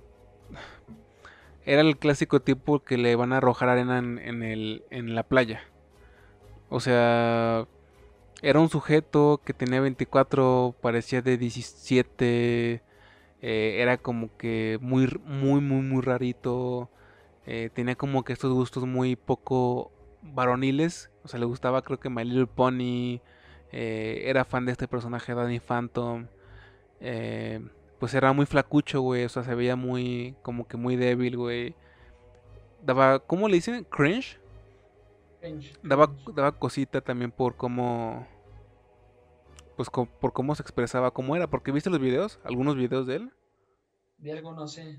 era el clásico tipo que le van a arrojar arena en, en el, en la playa. O sea, era un sujeto que tenía veinticuatro, parecía de diecisiete, eh, era como que muy, muy, muy, muy rarito, eh, tenía como que estos gustos muy poco varoniles, o sea, le gustaba creo que My Little Pony, eh, era fan de este personaje Danny Phantom, eh, pues era muy flacucho, güey, o sea, se veía muy, como que muy débil, güey. Daba, ¿cómo le dicen? Cringe. Cringe, Daba, cringe. daba cosita también por cómo pues co- por cómo se expresaba, cómo era, porque viste los videos, algunos videos de él. De algo no sé,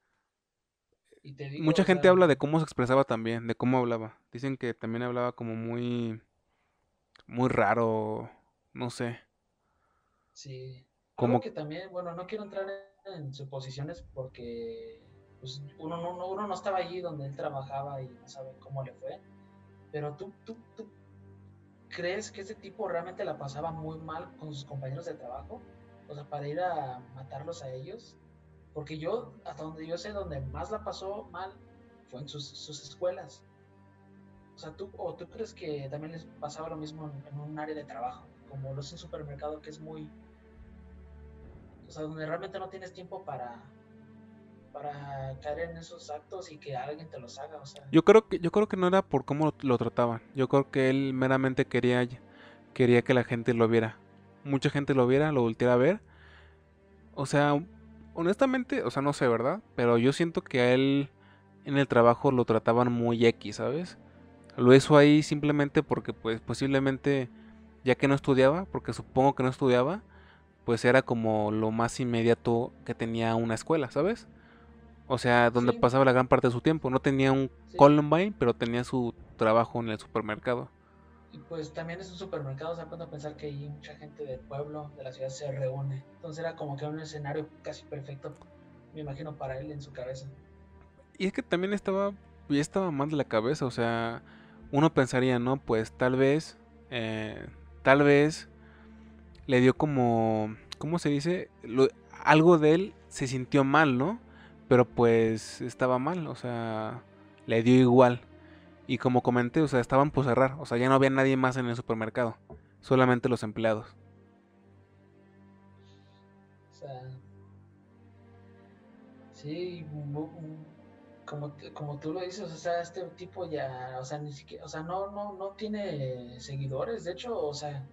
y te digo, Mucha o gente sea, habla de cómo se expresaba también, de cómo hablaba. Dicen que también hablaba como muy, muy raro, no sé, sí. Algo como, que también, bueno, no quiero entrar en suposiciones porque pues, uno, no, no- uno no estaba allí donde él trabajaba y no sabe cómo le fue, pero tú, tú, tú crees que este tipo realmente la pasaba muy mal con sus compañeros de trabajo, o sea, para ir a matarlos a ellos, porque yo, hasta donde yo sé, donde más la pasó mal fue en sus, sus escuelas. O sea, tú, o tú crees que también les pasaba lo mismo en, en un área de trabajo, como los en supermercado, que es muy, o sea, donde realmente no tienes tiempo para, para caer en esos actos y que alguien te los haga, o sea, yo creo que, yo creo que no era por cómo lo, lo trataban. Yo creo que él meramente quería, quería que la gente lo viera. Mucha gente lo viera, lo volteara a ver. O sea, honestamente, o sea, no sé, ¿verdad? Pero yo siento que a él en el trabajo lo trataban muy X, ¿sabes? Lo hizo ahí simplemente porque pues posiblemente ya que no estudiaba, porque supongo que no estudiaba, pues era como lo más inmediato que tenía una escuela, ¿sabes? O sea, donde sí, pasaba la gran parte de su tiempo. No tenía un sí. Columbine, pero tenía su trabajo en el supermercado. Y pues también es un supermercado, o sea, cuando pensar que ahí mucha gente del pueblo, de la ciudad se reúne. Entonces era como que un escenario casi perfecto, me imagino, para él en su cabeza. Y es que también estaba, ya estaba mal de la cabeza, o sea, uno pensaría, ¿no? Pues tal vez, eh, tal vez le dio como, ¿cómo se dice? Lo- algo de él se sintió mal, ¿no? Pero pues estaba mal, o sea, le dio igual. Y como comenté, o sea, estaban por cerrar, o sea, ya no había nadie más en el supermercado, solamente los empleados. O sea, sí, como, como tú lo dices, o sea, este tipo ya, o sea, ni siquiera, o sea, no, no, no tiene seguidores. De hecho, o sea,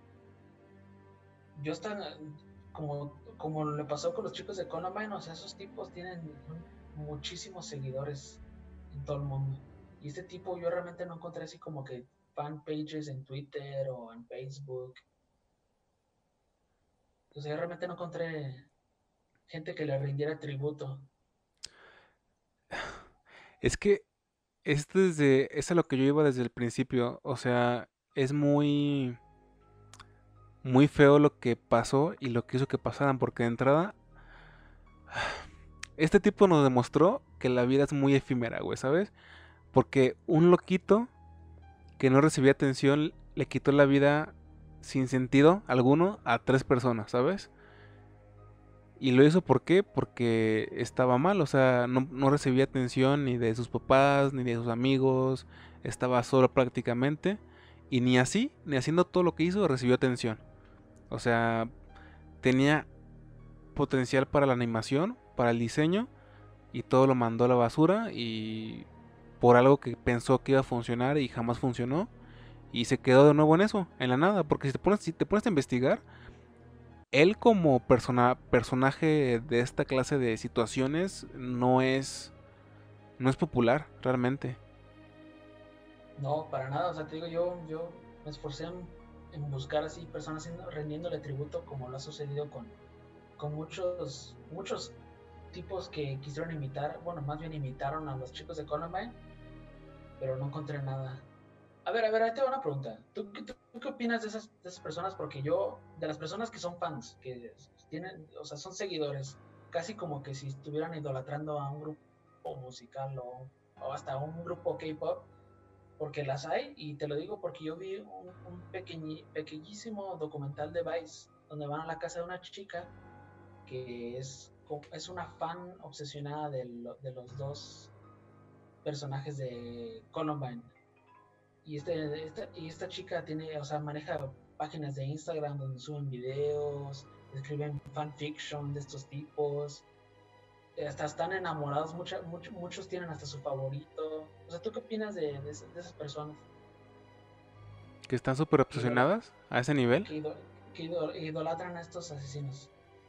yo están como, como le pasó con los chicos de Columbine, o sea, esos tipos tienen muchísimos seguidores en todo el mundo. Y este tipo yo realmente no encontré así como que fan pages en Twitter o en Facebook. O sea, yo realmente no encontré gente que le rindiera tributo. Es que es desde, es a lo que yo iba desde el principio, o sea, es muy, muy feo lo que pasó y lo que hizo que pasaran, porque de entrada, este tipo nos demostró que la vida es muy efímera, güey, ¿sabes? Porque un loquito que no recibía atención le quitó la vida sin sentido alguno a tres personas, ¿sabes? Y lo hizo ¿por qué? Porque estaba mal, o sea, no, no recibía atención ni de sus papás, ni de sus amigos, estaba solo prácticamente, y ni así, ni haciendo todo lo que hizo, recibió atención. O sea, tenía potencial para la animación, para el diseño, y todo lo mandó a la basura y por algo que pensó que iba a funcionar y jamás funcionó, y se quedó de nuevo en eso, en la nada, porque si te pones, si te pones a investigar, él como persona, personaje de esta clase de situaciones no es no es popular realmente. No, para nada, o sea, te digo, yo, yo me esforcé en, en buscar así personas haciendo- rendiéndole tributo como lo ha sucedido con, con muchos, muchos tipos que quisieron imitar, bueno, más bien imitaron a los chicos de Columbine, pero no encontré nada. A ver, a ver, ahí te va una pregunta. ¿Tú, qué- tú- tú qué opinas de esas, de esas personas? Porque yo, de las personas que son fans, que tienen, o sea, son seguidores, casi como que si estuvieran idolatrando a un grupo musical o, o hasta un grupo K-pop, porque las hay, y te lo digo porque yo vi un, un pequeñi, pequeñísimo documental de Vice, donde van a la casa de una chica que es, es una fan obsesionada de, lo, de los dos personajes de Columbine. Y, este, esta, y esta chica tiene, o sea, maneja páginas de Instagram donde suben videos, escriben fanfiction de estos tipos, hasta están enamorados, mucha, mucho, muchos tienen hasta su favorito. O sea, ¿tú qué opinas de, de, de esas personas Que están súper que, idola, obsesionadas a ese nivel. que, idol, que idol, idolatran a estos asesinos?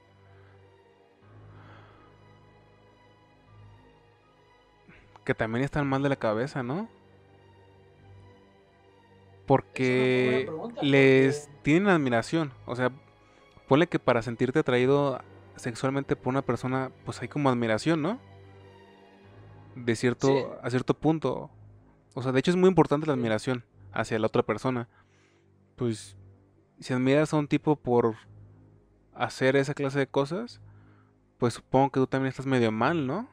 Que también están mal de la cabeza, ¿no? Es una muy buena Porque pregunta porque les tienen admiración. O sea, ponle que para sentirte atraído sexualmente por una persona, pues hay como admiración, ¿no? De sí, cierto, a cierto punto. O sea, de hecho es muy importante la sí, admiración hacia la otra persona. Pues si admiras a un tipo por hacer esa clase de cosas, pues supongo que tú también estás medio mal, ¿no?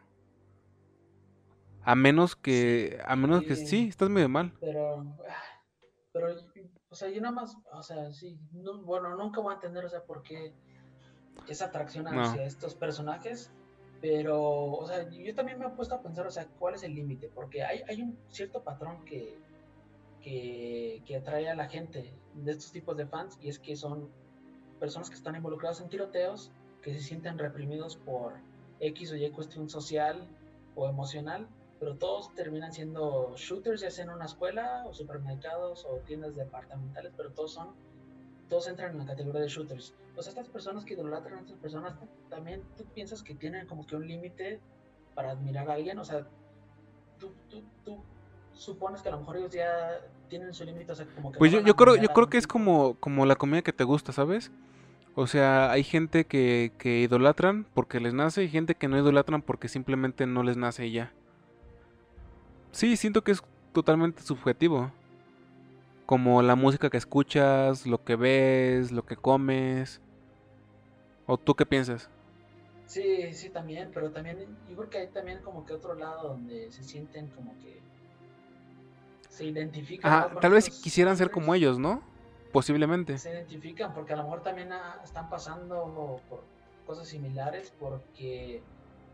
A menos que, a menos que sí, sí, estás medio mal. pero pero, o sea, yo nada más, o sea, sí, no, bueno, nunca voy a entender, o sea, por qué esa atracción No. hacia estos personajes, pero, o sea, yo también me he puesto a pensar, o sea, ¿cuál es el límite? Porque hay, hay un cierto patrón que, que, que atrae a la gente de estos tipos de fans, y es que son personas que están involucradas en tiroteos, que se sienten reprimidos por X o Y cuestión social o emocional, pero todos terminan siendo shooters, ya sea en una escuela o supermercados o tiendas departamentales, pero todos son, todos entran en la categoría de shooters. O sea, estas personas que idolatran a estas personas, también tú piensas que tienen como que un límite para admirar a alguien, o sea, tú, tú, tú supones que a lo mejor ellos ya tienen su límite, o sea, como que Pues no yo, van a yo creo, yo admirar a creo un que es tipo. como, como la comida que te gusta, ¿sabes? O sea, hay gente que, que idolatran porque les nace y gente que no idolatran porque simplemente no les nace y ya. Sí, siento que es totalmente subjetivo. Como la música que escuchas, lo que ves, lo que comes. ¿O tú qué piensas? Sí, sí, también, pero también yo creo que hay también como que otro lado donde se sienten como que se identifican, Ajá, ¿no? Con tal vez estos quisieran ser como shooters, ellos, ¿no? Posiblemente. se identifican porque a lo mejor también ah, están pasando por cosas similares porque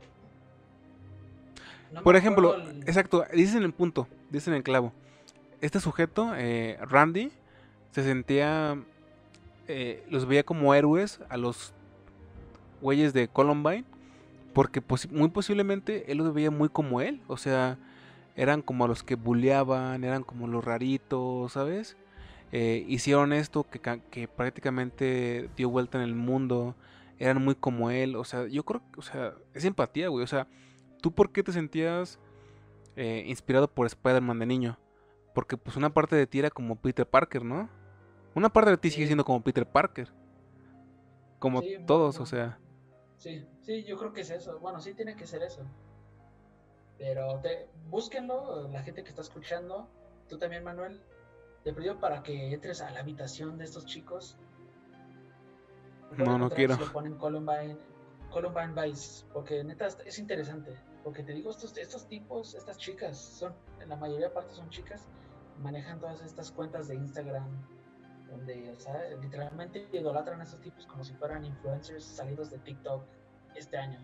no me Por acuerdo ejemplo, el... exacto, dicen el punto, dicen el clavo. Este sujeto, eh, Randy, se sentía, eh, los veía como héroes a los güeyes de Columbine, porque posi- muy posiblemente él los veía muy como él, o sea, eran como a los que bulleaban, eran como los raritos, ¿sabes? Eh, hicieron esto que, ca- que prácticamente dio vuelta en el mundo, eran muy como él, o sea, yo creo que, o sea, es empatía, güey, o sea, ¿tú por qué te sentías eh, inspirado por Spider-Man de niño? Porque pues una parte de ti era como Peter Parker, ¿no? Una parte de ti sigue Sí, siendo como Peter Parker, como sí, todos, o bueno, sea. sí, sí, yo creo que es eso. Bueno, sí tiene que ser eso. Pero te, búsquenlo, la gente que está escuchando, tú también, Manuel, te pido para que entres a la habitación de estos chicos. Lo pueden No, no encontrar quiero. si lo ponen Columbine, Columbine Vice, porque neta es interesante. Porque te digo, estos, estos tipos, estas chicas, son, en la mayoría de partes son chicas, manejan todas estas cuentas de Instagram, donde, o sea, literalmente idolatran a estos tipos como si fueran influencers salidos de TikTok este año.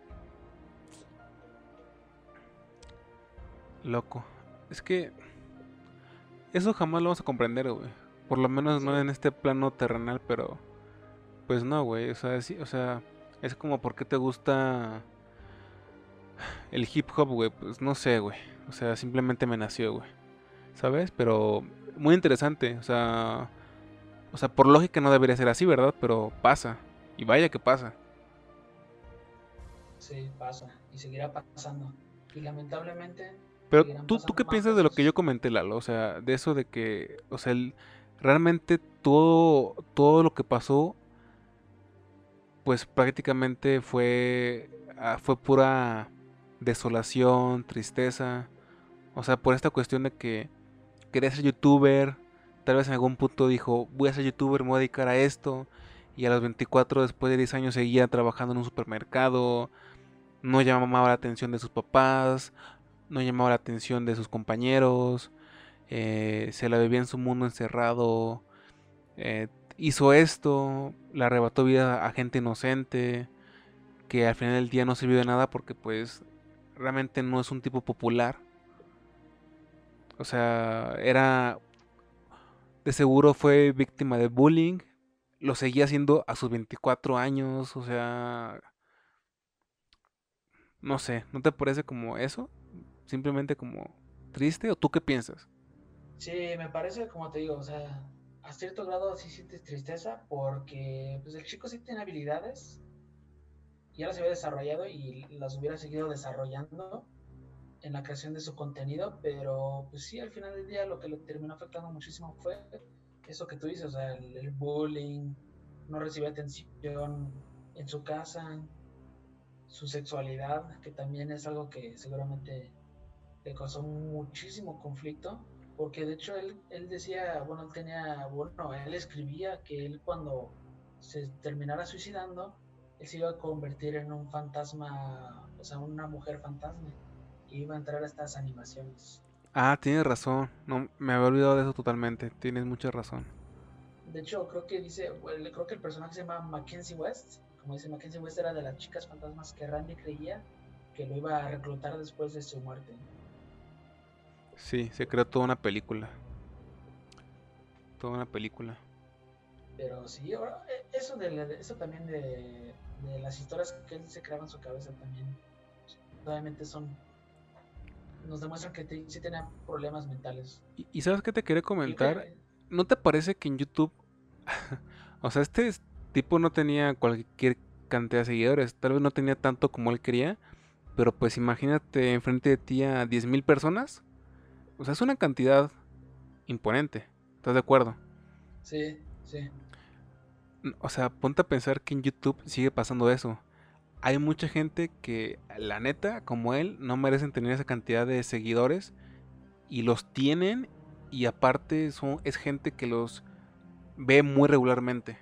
Loco. Es que eso jamás lo vamos a comprender, güey. Por lo menos no Sí, en este plano terrenal, pero Pues no, güey, o sea, sí, o sea, es como por qué te gusta el hip hop, güey, pues no sé, güey. O sea, simplemente me nació, güey. ¿Sabes? Pero muy interesante, o sea, o sea, por lógica no debería ser así, ¿verdad? Pero pasa. Y vaya que pasa. Sí, pasa y seguirá pasando. Y lamentablemente Pero seguirán tú, ¿tú pasando qué más piensas de lo que yo casos. comenté, Lalo? O sea, de eso de que, o sea, el- realmente todo, todo lo que pasó, pues prácticamente fue, ah, fue pura desolación, tristeza. O sea, por esta cuestión de que quería ser youtuber, tal vez en algún punto dijo, voy a ser youtuber, me voy a dedicar a esto. Y a los veinticuatro, después de diez años, seguía trabajando en un supermercado, no llamaba la atención de sus papás, no llamaba la atención de sus compañeros, eh, se la vivía en su mundo encerrado, eh, hizo esto, le arrebató vida a gente inocente, que al final del día no sirvió de nada porque pues realmente no es un tipo popular. O sea, era, de seguro fue víctima de bullying, lo seguía haciendo a sus veinticuatro años, o sea, no sé, ¿no te parece como eso? Simplemente como triste, ¿o tú qué piensas? Sí, me parece, como te digo, o sea, a cierto grado sí sientes tristeza porque pues el chico sí tiene habilidades, ya las había desarrollado y las hubiera seguido desarrollando en la creación de su contenido, pero pues sí, al final del día lo que le terminó afectando muchísimo fue eso que tú dices, o sea, el, el bullying, no recibía atención en su casa, su sexualidad, que también es algo que seguramente le causó muchísimo conflicto, porque de hecho él, él decía, bueno, él tenía, bueno, él escribía que él cuando se terminara suicidando, él se iba a convertir en un fantasma, o sea, una mujer fantasma, y iba a entrar a estas animaciones. Ah, tienes razón, no, me había olvidado de eso totalmente, tienes mucha razón. De hecho, creo que dice, bueno, creo que el personaje se llama Mackenzie West, como dice Mackenzie West era de las chicas fantasmas que Randy creía que lo iba a reclutar después de su muerte. Sí, se creó toda una película, toda una película. Pero sí, ahora, eh, eso, de, de- eso también de, de las historias que él se creaba en su cabeza también, obviamente son, nos demuestran que te- sí tenía problemas mentales. ¿Y, y sabes qué te quería Y yo comentar? que, ¿No te parece que en YouTube, o sea, este es- tipo no tenía cualquier cantidad de seguidores, tal vez no tenía tanto como él quería, pero pues imagínate enfrente de ti a diez mil personas, o sea, es una cantidad imponente, ¿estás de acuerdo? sí, sí, N- O sea, ponte a pensar que en YouTube sigue pasando eso. Hay mucha gente que, la neta, como él, no merecen tener esa cantidad de seguidores y los tienen y aparte son, es gente que los ve muy regularmente.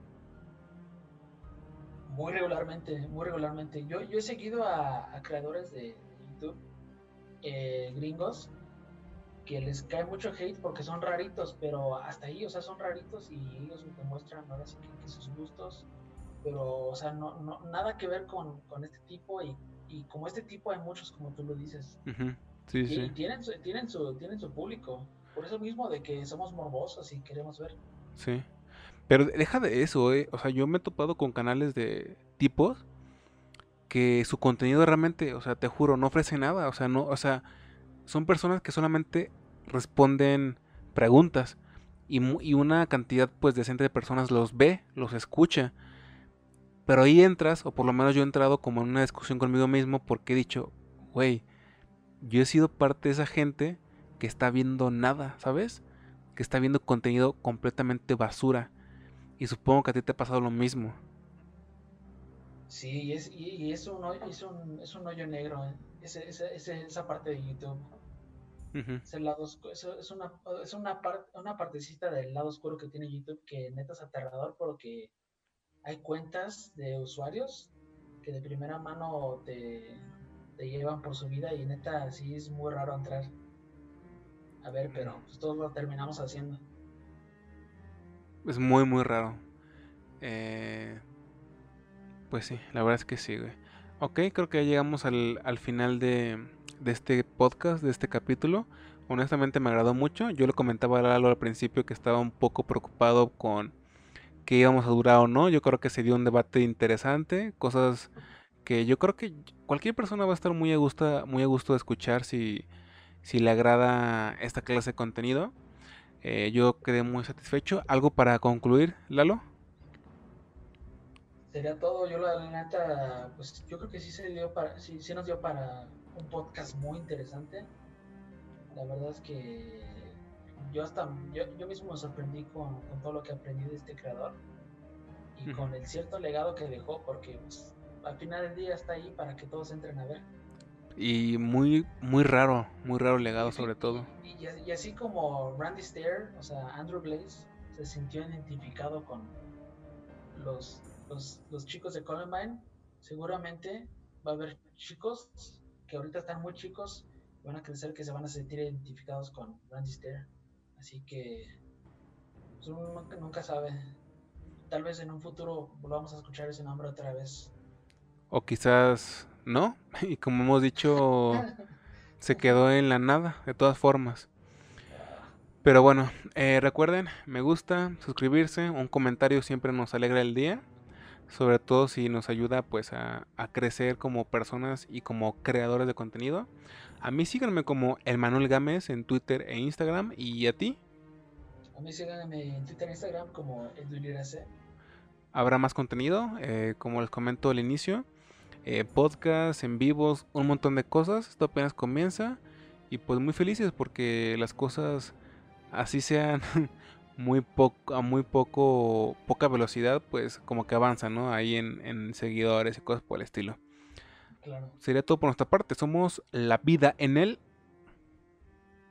muy regularmente, muy regularmente. Yo, yo he seguido a, a creadores de, de YouTube eh, gringos que les cae mucho hate porque son raritos, pero hasta ahí, o sea, son raritos y ellos te muestran ahora sí que, que sus gustos, pero, o sea, no, no, nada que ver con, con este tipo y, y como este tipo hay muchos, como tú lo dices, Ujú. y, Sí, sí, y tienen, su, tienen, su, tienen su público, por eso mismo de que somos morbosos y queremos ver. sí. Pero deja de eso, eh. O sea, yo me he topado con canales de tipos que su contenido realmente, o sea, te juro, no ofrece nada. O sea, no, o sea, son personas que solamente responden preguntas y, mu- y una cantidad pues decente de personas los ve, los escucha. Pero ahí entras, o por lo menos yo he entrado como en una discusión conmigo mismo porque he dicho, güey, yo he sido parte de esa gente que está viendo nada, ¿sabes? Que está viendo contenido completamente basura. Y supongo que a ti te ha pasado lo mismo. Sí, y es, y, y es, un, hoy- es, un, es un hoyo negro, ¿eh? Ese, ese, ese- esa parte de YouTube. Ujú. Es, el lado oscu- es, es una, es una, par- una partecita del lado oscuro que tiene YouTube que neta es aterrador porque hay cuentas de usuarios que de primera mano te, te llevan por su vida y neta sí es muy raro entrar a ver, pero pues todos lo terminamos haciendo. Es muy, muy raro. Eh, pues sí, la verdad es que sí, güey. Ok, creo que ya llegamos al, al final de, de este podcast, de este capítulo. Honestamente me agradó mucho. Yo le comentaba a Lalo al principio que estaba un poco preocupado con que íbamos a durar o no. Yo creo que se dio un debate interesante, cosas que yo creo que cualquier persona va a estar muy a gusto, muy a gusto de escuchar si, si le agrada esta clase de contenido. Eh, yo quedé muy satisfecho. ¿Algo para concluir, Lalo? Sería todo. Yo la, la neta, pues yo creo que sí se dio para, sí, sí nos dio para un podcast muy interesante. La verdad es que yo hasta, yo, yo mismo me sorprendí con, con todo lo que aprendí de este creador y Ujú. con el cierto legado que dejó, porque pues, al final del día está ahí para que todos entren a ver. Y muy, muy raro, muy raro Y, legado sobre y, todo. y, y así como Randy Stair, o sea, Andrew Blaze, se sintió identificado con los, los, los chicos de Columbine, seguramente va a haber chicos que ahorita están muy chicos y van a crecer que se van a sentir identificados con Randy Stair. Así que pues, uno nunca, nunca sabe. Tal vez en un futuro volvamos a escuchar ese nombre otra vez. O quizás no. Y como hemos dicho, se quedó en la nada, de todas formas. Pero bueno, eh, recuerden, me gusta, suscribirse, un comentario siempre nos alegra el día. Sobre todo si nos ayuda pues a, a crecer como personas y como creadores de contenido. A mí síganme como el Manuel Gámez en Twitter e Instagram. ¿Y a ti? A mí síganme en Twitter e Instagram como edulirac. Habrá más contenido, eh, como les comento al inicio. Eh, podcasts, en vivos, un montón de cosas. Esto apenas comienza. Y pues muy felices porque las cosas así sean muy poco, a muy poco, poca velocidad, pues como que avanzan, ¿no? Ahí en, en seguidores y cosas por el estilo. Claro. Sería todo por nuestra parte. Somos La Vida en él.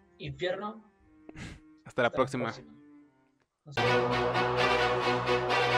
Infierno. Hasta la Hasta la próxima. próxima. Nos vemos.